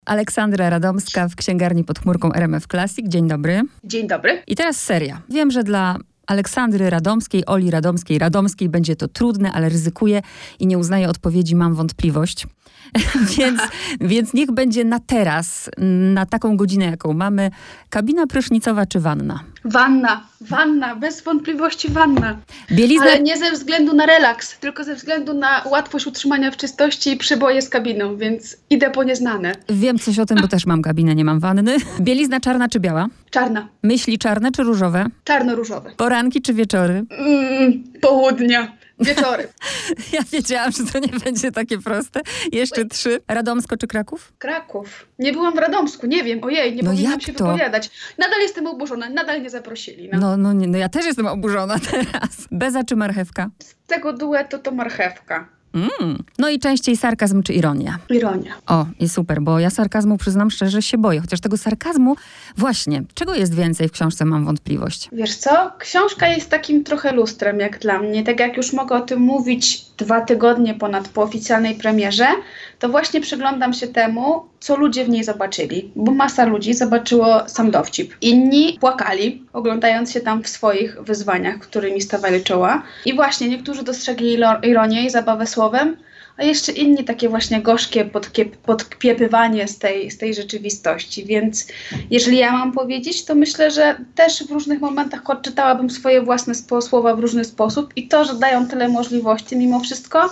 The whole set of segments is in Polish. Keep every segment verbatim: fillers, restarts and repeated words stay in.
Aleksandra Radomska w księgarni pod chmurką R M F Classic. Dzień dobry. Dzień dobry. I teraz seria. Wiem, że dla Aleksandry Radomskiej, Oli Radomskiej, Radomskiej będzie to trudne, ale ryzykuję i nie uznaję odpowiedzi, mam wątpliwość. więc, więc niech będzie na teraz, na taką godzinę, jaką mamy, kabina prysznicowa czy wanna? Wanna, wanna, bez wątpliwości wanna. Bielizna... Ale nie ze względu na relaks, tylko ze względu na łatwość utrzymania w czystości i przeboje z kabiną, więc idę po nieznane. Wiem coś o tym, bo też mam kabinę, nie mam wanny. Bielizna czarna czy biała? Czarna. Myśli czarne czy różowe? Czarno-różowe. Poranki czy wieczory? Mm, południa. Wieczory. Ja wiedziałam, że to nie będzie takie proste. Jeszcze trzy. Radomsko czy Kraków? Kraków. Nie byłam w Radomsku, nie wiem. Ojej, nie No powinnam jak się to? wypowiadać. Nadal jestem oburzona, nadal nie zaprosili. No. No, no, nie, no ja też jestem oburzona teraz. Beza czy marchewka? Z tego duetu to marchewka. Mm. No i częściej sarkazm czy ironia? Ironia. O, i super, bo ja sarkazmu, przyznam szczerze, się boję. Chociaż tego sarkazmu, właśnie, czego jest więcej w książce, mam wątpliwość. Wiesz co? Książka jest takim trochę lustrem jak dla mnie. Tak jak już mogę o tym mówić dwa tygodnie ponad po oficjalnej premierze, to właśnie przyglądam się temu, co ludzie w niej zobaczyli. Bo masa ludzi zobaczyło sam dowcip. Inni płakali, oglądając się tam w swoich wyzwaniach, którymi stawali czoła. I właśnie niektórzy dostrzegli ironię i zabawę słowem, a jeszcze inni takie właśnie gorzkie podkiep- podkpiepywanie z tej, z tej rzeczywistości. Więc jeżeli ja mam powiedzieć, to myślę, że też w różnych momentach odczytałabym swoje własne spo- słowa w różny sposób i to, że dają tyle możliwości mimo wszystko,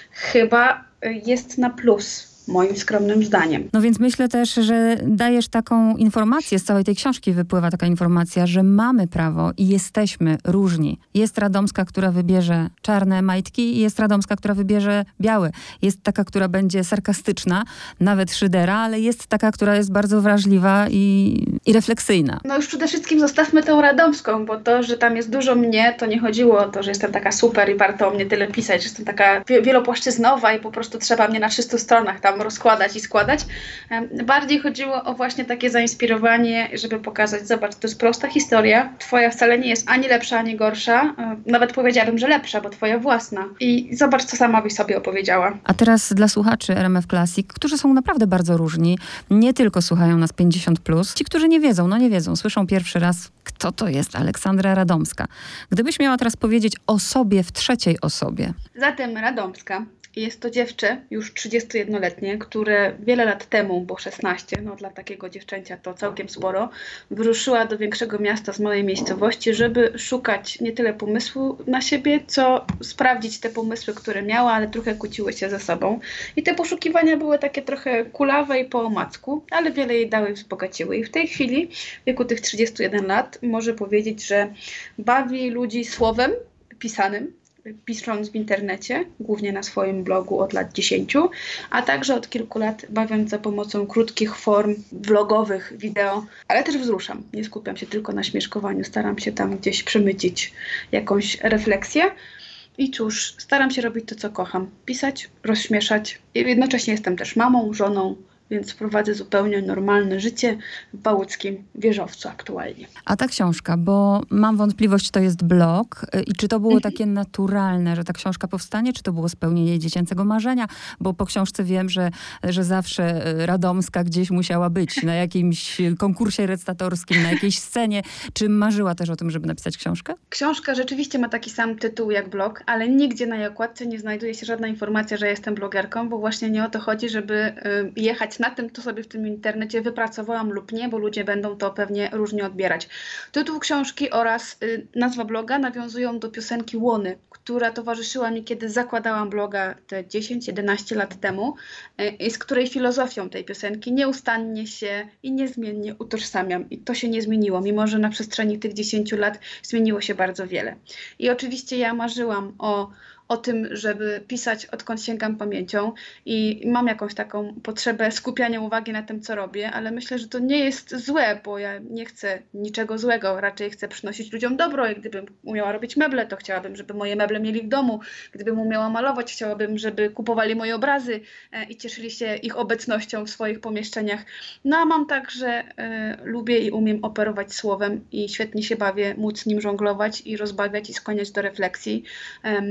chyba jest na plus. Moim skromnym zdaniem. No więc myślę też, że dajesz taką informację, z całej tej książki wypływa taka informacja, że mamy prawo i jesteśmy różni. Jest Radomska, która wybierze czarne majtki i jest Radomska, która wybierze białe. Jest taka, która będzie sarkastyczna, nawet szydera, ale jest taka, która jest bardzo wrażliwa i, i refleksyjna. No już przede wszystkim zostawmy tą Radomską, bo to, że tam jest dużo mnie, to nie chodziło o to, że jestem taka super i warto o mnie tyle pisać, że jestem taka wielopłaszczyznowa i po prostu trzeba mnie na trzystu stronach tam rozkładać i składać. Bardziej chodziło o właśnie takie zainspirowanie, żeby pokazać, zobacz, to jest prosta historia, twoja wcale nie jest ani lepsza, ani gorsza, nawet powiedziałabym, że lepsza, bo twoja własna. I zobacz, co sama byś sobie opowiedziała. A teraz dla słuchaczy R M F Classic, którzy są naprawdę bardzo różni, nie tylko słuchają nas pięćdziesiąt plus, ci, którzy nie wiedzą, no nie wiedzą, słyszą pierwszy raz, kto to jest Aleksandra Radomska. Gdybyś miała teraz powiedzieć o sobie w trzeciej osobie. Zatem Radomska jest to dziewczę, już trzydziestojednoletnie, które wiele lat temu, bo szesnaście, no dla takiego dziewczęcia to całkiem sporo, wyruszyła do większego miasta z małej miejscowości, żeby szukać nie tyle pomysłu na siebie, co sprawdzić te pomysły, które miała, ale trochę kłóciły się ze sobą. I te poszukiwania były takie trochę kulawe i po omacku, ale wiele jej dały i wzbogaciły. I w tej chwili, w wieku tych trzydziestu jeden lat, może powiedzieć, że bawi ludzi słowem pisanym, pisząc w internecie, głównie na swoim blogu od lat dziesięciu, a także od kilku lat bawiąc za pomocą krótkich form vlogowych, wideo, ale też wzruszam. Nie skupiam się tylko na śmieszkowaniu, staram się tam gdzieś przemycić jakąś refleksję. I cóż, staram się robić to, co kocham. Pisać, rozśmieszać. I jednocześnie jestem też mamą, żoną, więc prowadzę zupełnie normalne życie w bałuckim wieżowcu aktualnie. A ta książka, bo mam wątpliwość, to jest blog i czy to było takie naturalne, że ta książka powstanie, czy to było spełnienie jej dziecięcego marzenia, bo po książce wiem, że, że zawsze Radomska gdzieś musiała być, na jakimś konkursie recytatorskim, na jakiejś scenie. Czy marzyła też o tym, żeby napisać książkę? Książka rzeczywiście ma taki sam tytuł jak blog, ale nigdzie na jej okładce nie znajduje się żadna informacja, że jestem blogerką, bo właśnie nie o to chodzi, żeby y, jechać na tym, to sobie w tym internecie wypracowałam lub nie, bo ludzie będą to pewnie różnie odbierać. Tytuł książki oraz y, nazwa bloga nawiązują do piosenki Łony, która towarzyszyła mi, kiedy zakładałam bloga te dziesięć jedenaście lat temu y, i z której filozofią tej piosenki nieustannie się i niezmiennie utożsamiam. I to się nie zmieniło, mimo że na przestrzeni tych dziesięciu lat zmieniło się bardzo wiele. I oczywiście ja marzyłam o o tym, żeby pisać, odkąd sięgam pamięcią i mam jakąś taką potrzebę skupiania uwagi na tym, co robię, ale myślę, że to nie jest złe, bo ja nie chcę niczego złego, raczej chcę przynosić ludziom dobro i gdybym umiała robić meble, to chciałabym, żeby moje meble mieli w domu, gdybym umiała malować, chciałabym, żeby kupowali moje obrazy e, i cieszyli się ich obecnością w swoich pomieszczeniach. No a mam tak, że e, lubię i umiem operować słowem i świetnie się bawię móc nim żonglować i rozbawiać i skłaniać do refleksji. E, I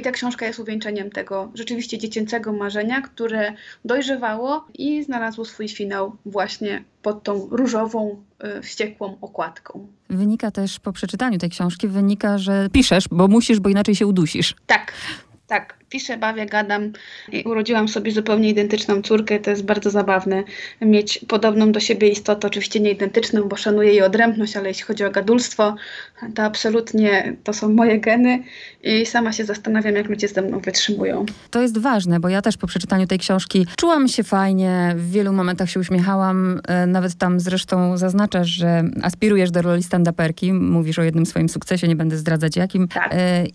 ta książka jest uwieńczeniem tego rzeczywiście dziecięcego marzenia, które dojrzewało i znalazło swój finał właśnie pod tą różową, y, wściekłą okładką. Wynika też po przeczytaniu tej książki, wynika, że piszesz, bo musisz, bo inaczej się udusisz. Tak. Tak, piszę, bawię, gadam i urodziłam sobie zupełnie identyczną córkę. To jest bardzo zabawne mieć podobną do siebie istotę, oczywiście nie identyczną, bo szanuję jej odrębność, ale jeśli chodzi o gadulstwo, to absolutnie to są moje geny i sama się zastanawiam, jak ludzie ze mną wytrzymują. To jest ważne, bo ja też po przeczytaniu tej książki czułam się fajnie, w wielu momentach się uśmiechałam, nawet tam zresztą zaznaczasz, że aspirujesz do roli stand-uperki, mówisz o jednym swoim sukcesie, nie będę zdradzać jakim. Tak.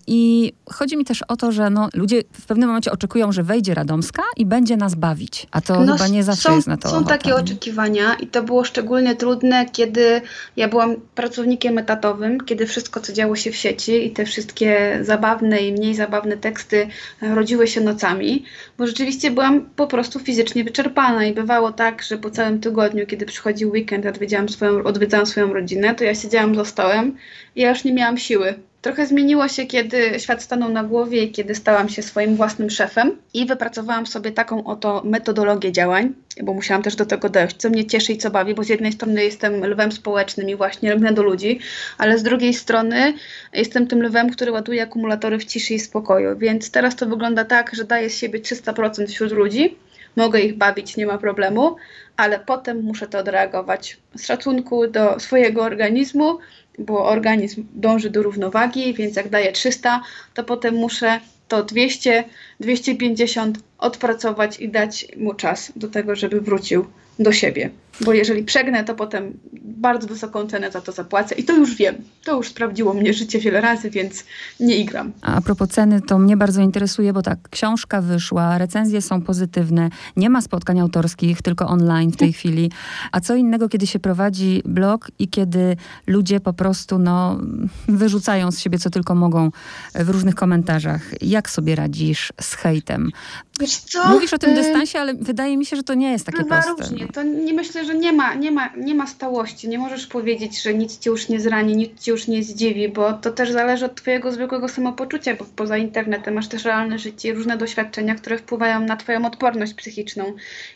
I chodzi mi też o to, że no, ludzie w pewnym momencie oczekują, że wejdzie Radomska i będzie nas bawić, a to no, chyba nie zawsze są, jest na to Są ochota. takie oczekiwania i to było szczególnie trudne, kiedy ja byłam pracownikiem etatowym, kiedy wszystko, co działo się w sieci i te wszystkie zabawne i mniej zabawne teksty rodziły się nocami, bo rzeczywiście byłam po prostu fizycznie wyczerpana i bywało tak, że po całym tygodniu, kiedy przychodził weekend, odwiedzałam swoją, odwiedzałam swoją rodzinę, to ja siedziałam za stołem i ja już nie miałam siły. Trochę zmieniło się, kiedy świat stanął na głowie i kiedy stałam się swoim własnym szefem i wypracowałam sobie taką oto metodologię działań, bo musiałam też do tego dojść, co mnie cieszy i co bawi, bo z jednej strony jestem lwem społecznym i właśnie lgnę do ludzi, ale z drugiej strony jestem tym lwem, który ładuje akumulatory w ciszy i spokoju, więc teraz to wygląda tak, że daję z siebie trzysta procent wśród ludzi, mogę ich bawić, nie ma problemu, ale potem muszę to odreagować z szacunku do swojego organizmu, bo organizm dąży do równowagi, więc jak daję trzysta, to potem muszę to dwieście, dwieście pięćdziesiąt odpracować i dać mu czas do tego, żeby wrócił do siebie. Bo jeżeli przegnę, to potem bardzo wysoką cenę za to zapłacę i to już wiem. To już sprawdziło mnie życie wiele razy, więc nie igram. A, a propos ceny, to mnie bardzo interesuje, bo tak, książka wyszła, recenzje są pozytywne, nie ma spotkań autorskich, tylko online w tej chwili. A co innego, kiedy się prowadzi blog i kiedy ludzie po prostu no, wyrzucają z siebie, co tylko mogą w różnych komentarzach. Jak sobie radzisz z hejtem? Wiesz co? Mówisz o tym dystansie, ale wydaje mi się, że to nie jest takie Bywa proste. różnie. To nie myślę, że nie ma, nie, ma, nie ma stałości. Nie możesz powiedzieć, że nic cię już nie zrani, nic cię już nie zdziwi, bo to też zależy od twojego zwykłego samopoczucia, bo poza internetem masz też realne życie i różne doświadczenia, które wpływają na twoją odporność psychiczną.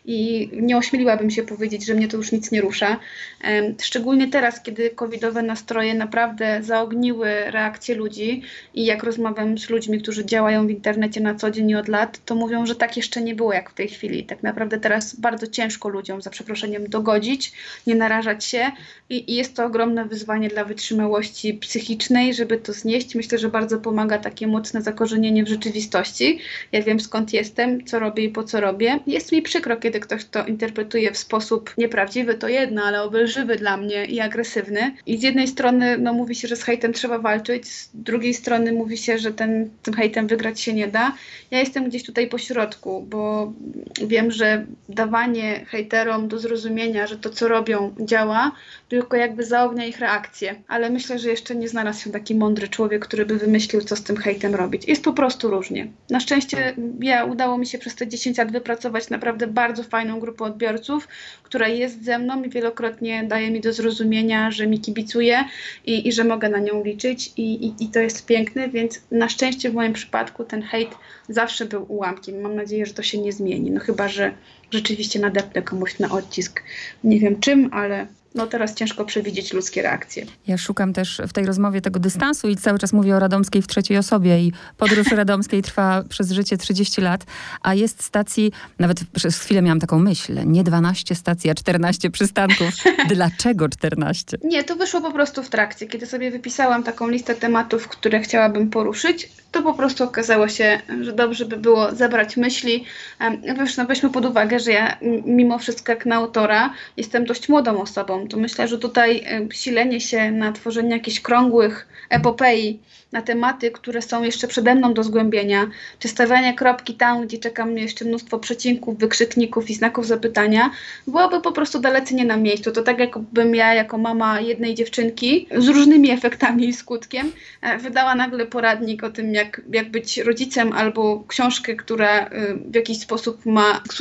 I nie ośmieliłabym się powiedzieć, że mnie to już nic nie rusza. Szczególnie teraz, kiedy covidowe nastroje naprawdę zaogniły reakcje ludzi i jak rozmawiam z ludźmi, którzy działają w internecie na co dzień i od lat, to mówią, że tak jeszcze nie było jak w tej chwili. Tak naprawdę teraz bardzo ciężko ludziom, za przeproszeniem, dogodzić, nie narażać się i, i jest to ogromne wyzwanie dla wytrzymałości psychicznej, żeby to znieść. Myślę, że bardzo pomaga takie mocne zakorzenienie w rzeczywistości. Ja wiem, skąd jestem, co robię i po co robię. Jest mi przykro, kiedy ktoś to interpretuje w sposób nieprawdziwy, to jedno, ale obelżywy dla mnie i agresywny. I z jednej strony no, mówi się, że z hejtem trzeba walczyć, z drugiej strony mówi się, że ten, tym hejtem wygrać się nie da. Ja jestem gdzieś tutaj po środku, bo wiem, że dawanie hejterom do zrozumienia, że to, co robią, działa, tylko jakby zaognia ich reakcję. Ale myślę, że jeszcze nie znalazł się taki mądry człowiek, który by wymyślił, co z tym hejtem robić. Jest po prostu różnie. Na szczęście ja udało mi się przez te dziesięć lat wypracować naprawdę bardzo fajną grupę odbiorców, która jest ze mną i wielokrotnie daje mi do zrozumienia, że mi kibicuje i, i że mogę na nią liczyć i, i, i to jest piękne, więc na szczęście w moim przypadku ten hejt zawsze był ułamkiem. Mam nadzieję, że to się nie zmieni. No chyba, że rzeczywiście nadepnę komuś na odcisk. Nie wiem czym, ale no teraz ciężko przewidzieć ludzkie reakcje. Ja szukam też w tej rozmowie tego dystansu i cały czas mówię o Radomskiej w trzeciej osobie i podróż Radomskiej trwa przez życie trzydzieści lat, a jest stacji, nawet przez chwilę miałam taką myśl, nie dwanaście stacji, a czternaście przystanków. Dlaczego czternaście? Nie, to wyszło po prostu w trakcie. Kiedy sobie wypisałam taką listę tematów, które chciałabym poruszyć, to po prostu okazało się, że dobrze by było zebrać myśli. Wiesz, no weźmy pod uwagę, że ja mimo wszystko jak na autora jestem dość młodą osobą. To myślę, że tutaj silenie się na tworzenie jakichś krągłych epopei na tematy, które są jeszcze przede mną do zgłębienia, czy stawianie kropki tam, gdzie czeka mnie jeszcze mnóstwo przecinków, wykrzykników i znaków zapytania, byłoby po prostu dalece nie na miejscu. To tak jakbym ja jako mama jednej dziewczynki z różnymi efektami i skutkiem wydała nagle poradnik o tym, jak, jak być rodzicem albo książkę, która w jakiś sposób ma sugerować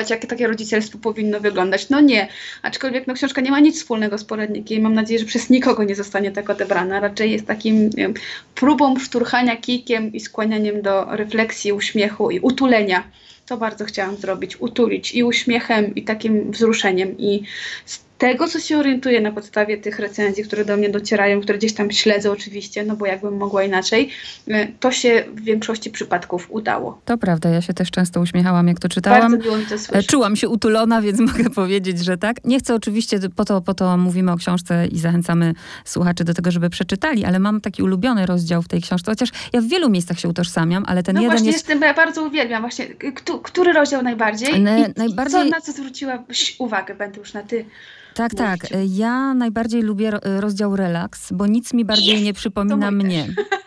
dyktować, jakie takie rodzicielstwo powinno wyglądać. No nie. Aczkolwiek no, książka nie ma nic wspólnego z poradnikiem i mam nadzieję, że przez nikogo nie zostanie tak odebrana. Raczej jest takim nie wiem, próbą szturchania kijkiem i skłanianiem do refleksji, uśmiechu i utulenia. To bardzo chciałam zrobić. Utulić i uśmiechem, i takim wzruszeniem. I z tego, co się orientuję na podstawie tych recenzji, które do mnie docierają, które gdzieś tam śledzę oczywiście, no bo jakbym mogła inaczej, to się w większości przypadków udało. To prawda, ja się też często uśmiechałam, jak to czytałam. Bardzo miło mi to słyszeć. Czułam się utulona, więc mogę powiedzieć, że tak. Nie chcę oczywiście, po to, po to mówimy o książce i zachęcamy słuchaczy do tego, żeby przeczytali, ale mam taki ulubiony rozdział w tej książce, chociaż ja w wielu miejscach się utożsamiam, ale ten no jeden właśnie jest... jestem, bo ja bardzo uwielbiam właśnie, Kto, który rozdział najbardziej? Ne, I najbardziej... co, na co zwróciłabyś uwagę? Będę już na ty. Tak, mówić. tak. Ja najbardziej lubię rozdział relaks, bo nic mi bardziej Yes! nie przypomina mnie.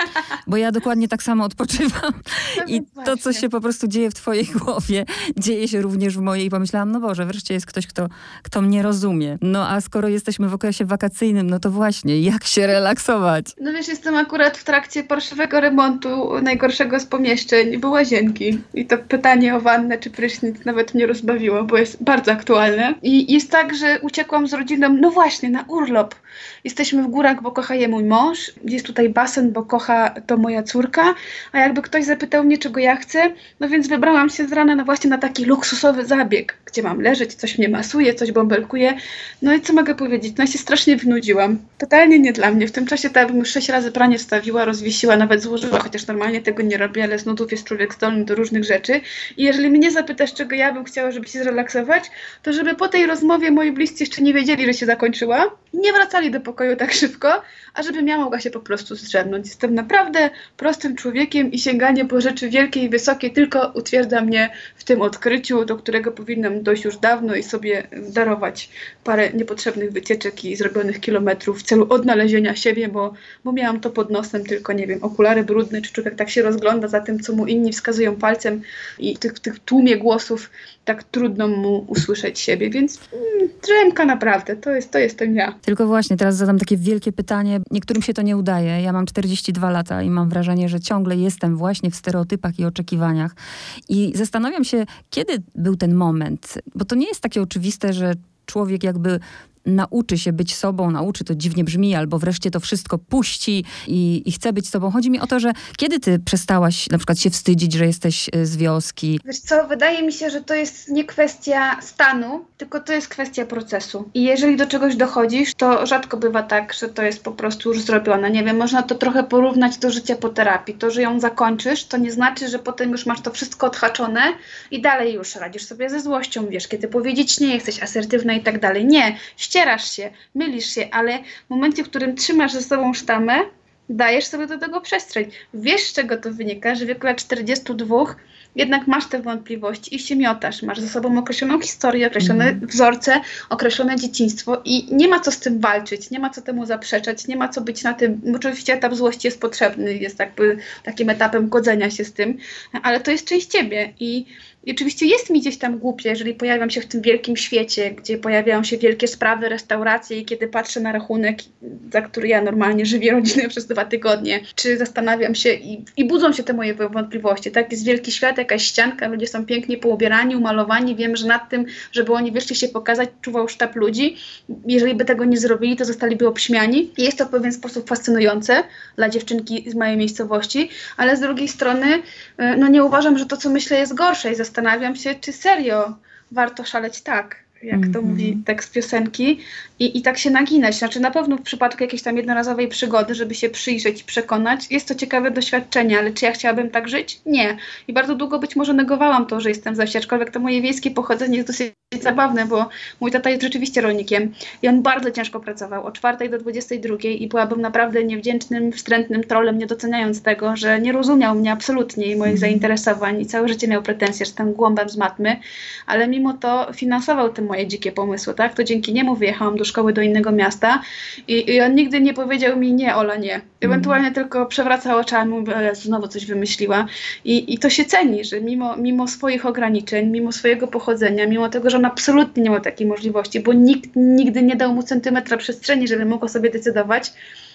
Bo ja dokładnie tak samo odpoczywam. No I to, co się po prostu dzieje w twojej głowie, dzieje się również w mojej. I pomyślałam, no Boże, wreszcie jest ktoś, kto, kto mnie rozumie. No a skoro jesteśmy w okresie wakacyjnym, no to właśnie, jak się relaksować? No wiesz, jestem akurat w trakcie parszywego remontu, najgorszego z pomieszczeń, bo łazienki. I to pytanie o wannę czy prysznic nawet mnie rozbawiło, bo jest bardzo aktualne. I jest tak, że uciekłam z rodziną, no właśnie, na urlop. Jesteśmy w górach, bo kocha je mój mąż. Jest tutaj basen, bo kocha to moja córka. A jakby ktoś zapytał mnie, czego ja chcę, no więc wybrałam się z rana na właśnie na taki luksusowy zabieg, gdzie mam leżeć, coś mnie masuje, coś bąbelkuje. No i co mogę powiedzieć? No ja się strasznie wnudziłam. Totalnie nie dla mnie. W tym czasie ta bym już sześć razy pranie wstawiła, rozwiesiła, nawet złożyła, chociaż normalnie tego nie robię, ale z nudów jest człowiek zdolny do różnych rzeczy. I jeżeli mnie zapytasz, czego ja bym chciała, żeby się zrelaksować, to żeby po tej rozmowie moi bliscy jeszcze nie wiedzieli, że się zakończyła, nie wracali do pokoju tak szybko, a żebym ja mogła się po prostu zdrzemnąć. Jestem naprawdę prostym człowiekiem i sięganie po rzeczy wielkie i wysokie tylko utwierdza mnie w tym odkryciu, do którego powinnam dojść już dawno i sobie darować parę niepotrzebnych wycieczek i zrobionych kilometrów w celu odnalezienia siebie, bo, bo miałam to pod nosem, tylko nie wiem, okulary brudne, czy człowiek tak się rozgląda za tym, co mu inni wskazują palcem i w tych, w tych tłumie głosów tak trudno mu usłyszeć siebie, więc mm, drzemka naprawdę, to jest, to jestem ja. Tylko właśnie teraz zadam takie wielkie pytanie. Niektórym się to nie udaje. Ja mam czterdzieści dwa lata i mam wrażenie, że ciągle jestem właśnie w stereotypach i oczekiwaniach. I zastanawiam się, kiedy był ten moment, bo to nie jest takie oczywiste, że człowiek jakby nauczy się być sobą, nauczy, to dziwnie brzmi, albo wreszcie to wszystko puści i, i chce być sobą. Chodzi mi o to, że kiedy ty przestałaś na przykład się wstydzić, że jesteś z wioski? Wiesz co, wydaje mi się, że to jest nie kwestia stanu, tylko to jest kwestia procesu. I jeżeli do czegoś dochodzisz, to rzadko bywa tak, że to jest po prostu już zrobione. Nie wiem, można to trochę porównać do życia po terapii. To, że ją zakończysz, to nie znaczy, że potem już masz to wszystko odhaczone i dalej już radzisz sobie ze złością, wiesz, kiedy powiedzieć nie, jesteś asertywna i tak dalej. Nie, ścierasz się, mylisz się, ale w momencie, w którym trzymasz ze sobą sztamę, dajesz sobie do tego przestrzeń. Wiesz, z czego to wynika, że w wieku lat czterdziestu dwóch jednak masz te wątpliwości i się miotasz. Masz ze sobą określoną historię, określone mm. wzorce, określone dzieciństwo i nie ma co z tym walczyć, nie ma co temu zaprzeczać, nie ma co być na tym. Oczywiście etap złości jest potrzebny, jest jakby takim etapem godzenia się z tym, ale to jest część ciebie i I oczywiście jest mi gdzieś tam głupie, jeżeli pojawiam się w tym wielkim świecie, gdzie pojawiają się wielkie sprawy, restauracje i kiedy patrzę na rachunek, za który ja normalnie żywię rodzinę przez dwa tygodnie, czy zastanawiam się i, i budzą się te moje wątpliwości, tak? Jest wielki świat, jakaś ścianka, ludzie są pięknie poubierani, umalowani, wiem, że nad tym, żeby oni wyszli się pokazać, czuwał sztab ludzi. Jeżeli by tego nie zrobili, to zostaliby obśmiani. Jest to w pewien sposób fascynujące dla dziewczynki z mojej miejscowości, ale z drugiej strony no nie uważam, że to, co myślę, jest gorsze i zastanawiam się, czy serio warto szaleć tak, jak to mm-hmm. mówi tekst piosenki i, i tak się naginać. Znaczy na pewno w przypadku jakiejś tam jednorazowej przygody, żeby się przyjrzeć i przekonać, jest to ciekawe doświadczenie, ale czy ja chciałabym tak żyć? Nie. I bardzo długo być może negowałam to, że jestem ze wsi, aczkolwiek to moje wiejskie pochodzenie jest dosyć zabawne, bo mój tata jest rzeczywiście rolnikiem i on bardzo ciężko pracował, od czwartej do dwudziestej drugiej i byłabym naprawdę niewdzięcznym, wstrętnym trolem, nie doceniając tego, że nie rozumiał mnie absolutnie i moich zainteresowań i całe życie miał pretensje, że jestem głąbem z matmy, ale mimo to finansował te moje dzikie pomysły, tak? To dzięki niemu wyjechałam do szkoły do innego miasta i, i on nigdy nie powiedział mi nie, Ola, nie. Ewentualnie mm. tylko przewracał oczami, mówił, ale znowu coś wymyśliła. I, i to się ceni, że mimo, mimo swoich ograniczeń, mimo swojego pochodzenia, mimo tego, że on absolutnie nie miał takiej możliwości, bo nikt nigdy nie dał mu centymetra przestrzeni, żeby mógł o sobie decydować,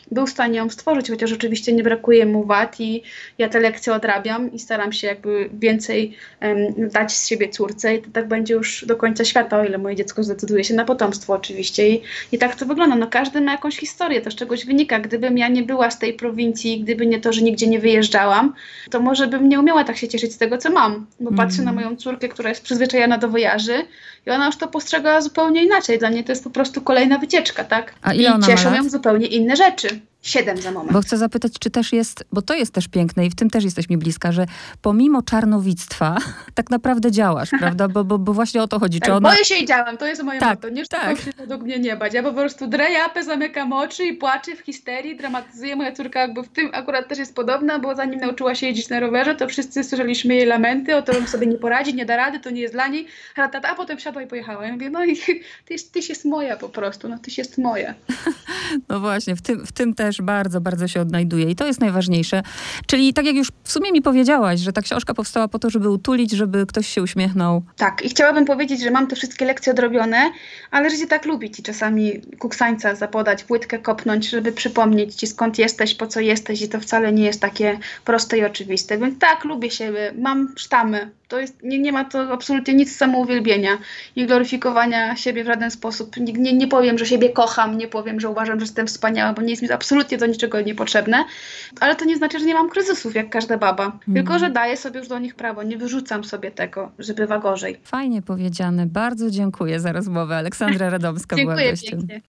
był w stanie ją stworzyć, chociaż oczywiście nie brakuje mu wad i ja te lekcje odrabiam i staram się jakby więcej um, dać z siebie córce i to tak będzie już do końca świata, o ile moje dziecko zdecyduje się na potomstwo oczywiście i, i tak to wygląda. No każdy ma jakąś historię, to z czegoś wynika. Gdybym ja nie była z tej prowincji, gdyby nie to, że nigdzie nie wyjeżdżałam, to może bym nie umiała tak się cieszyć z tego, co mam, bo mm. patrzę na moją córkę, która jest przyzwyczajona do wojaży i ona już to postrzega zupełnie inaczej. Dla niej to jest po prostu kolejna wycieczka, tak? A ile I ona cieszą ma lat? ją zupełnie inne rzeczy. Siedem za moment. Bo chcę zapytać, czy też jest, bo to jest też piękne i w tym też jesteś mi bliska, że pomimo czarnowictwa tak naprawdę działasz, prawda? Bo, bo, bo właśnie o to chodzi. Tak, czy ona... boję się i działam, to jest moje Tak, motto. Nie tak. się według mnie nie bać. Ja po prostu drę japę, zamykam oczy i płaczę w histerii, dramatyzuję. Moja córka jakby w tym akurat też jest podobna, bo zanim nauczyła się jeździć na rowerze, to wszyscy słyszeliśmy jej lamenty o to, że sobie nie poradzi, nie da rady, to nie jest dla niej. Ratata, a potem wsiadła i pojechała. Ja mówię, no i tyś, tyś jest moja po prostu, no tyś jest moja. No właśnie, w tym, w tym też bardzo, bardzo się odnajduje i to jest najważniejsze. Czyli tak jak już w sumie mi powiedziałaś, że ta książka powstała po to, żeby utulić, żeby ktoś się uśmiechnął. Tak, i chciałabym powiedzieć, że mam te wszystkie lekcje odrobione, ale życie tak lubi ci czasami kuksańca zapodać, płytkę kopnąć, żeby przypomnieć ci skąd jesteś, po co jesteś i to wcale nie jest takie proste i oczywiste. Więc tak, lubię siebie, mam sztamy. To jest, nie, nie ma to absolutnie nic samouwielbienia i gloryfikowania siebie w żaden sposób. Nie, nie, nie powiem, że siebie kocham, nie powiem, że uważam, że jestem wspaniała, bo nie jest mi absolutnie do niczego niepotrzebne, ale to nie znaczy, że nie mam kryzysów, jak każda baba. Mm. Tylko, że daję sobie już do nich prawo, nie wyrzucam sobie tego, że bywa gorzej. Fajnie powiedziane. Bardzo dziękuję za rozmowę. Aleksandra Radomska była gościem. Dziękuję pięknie.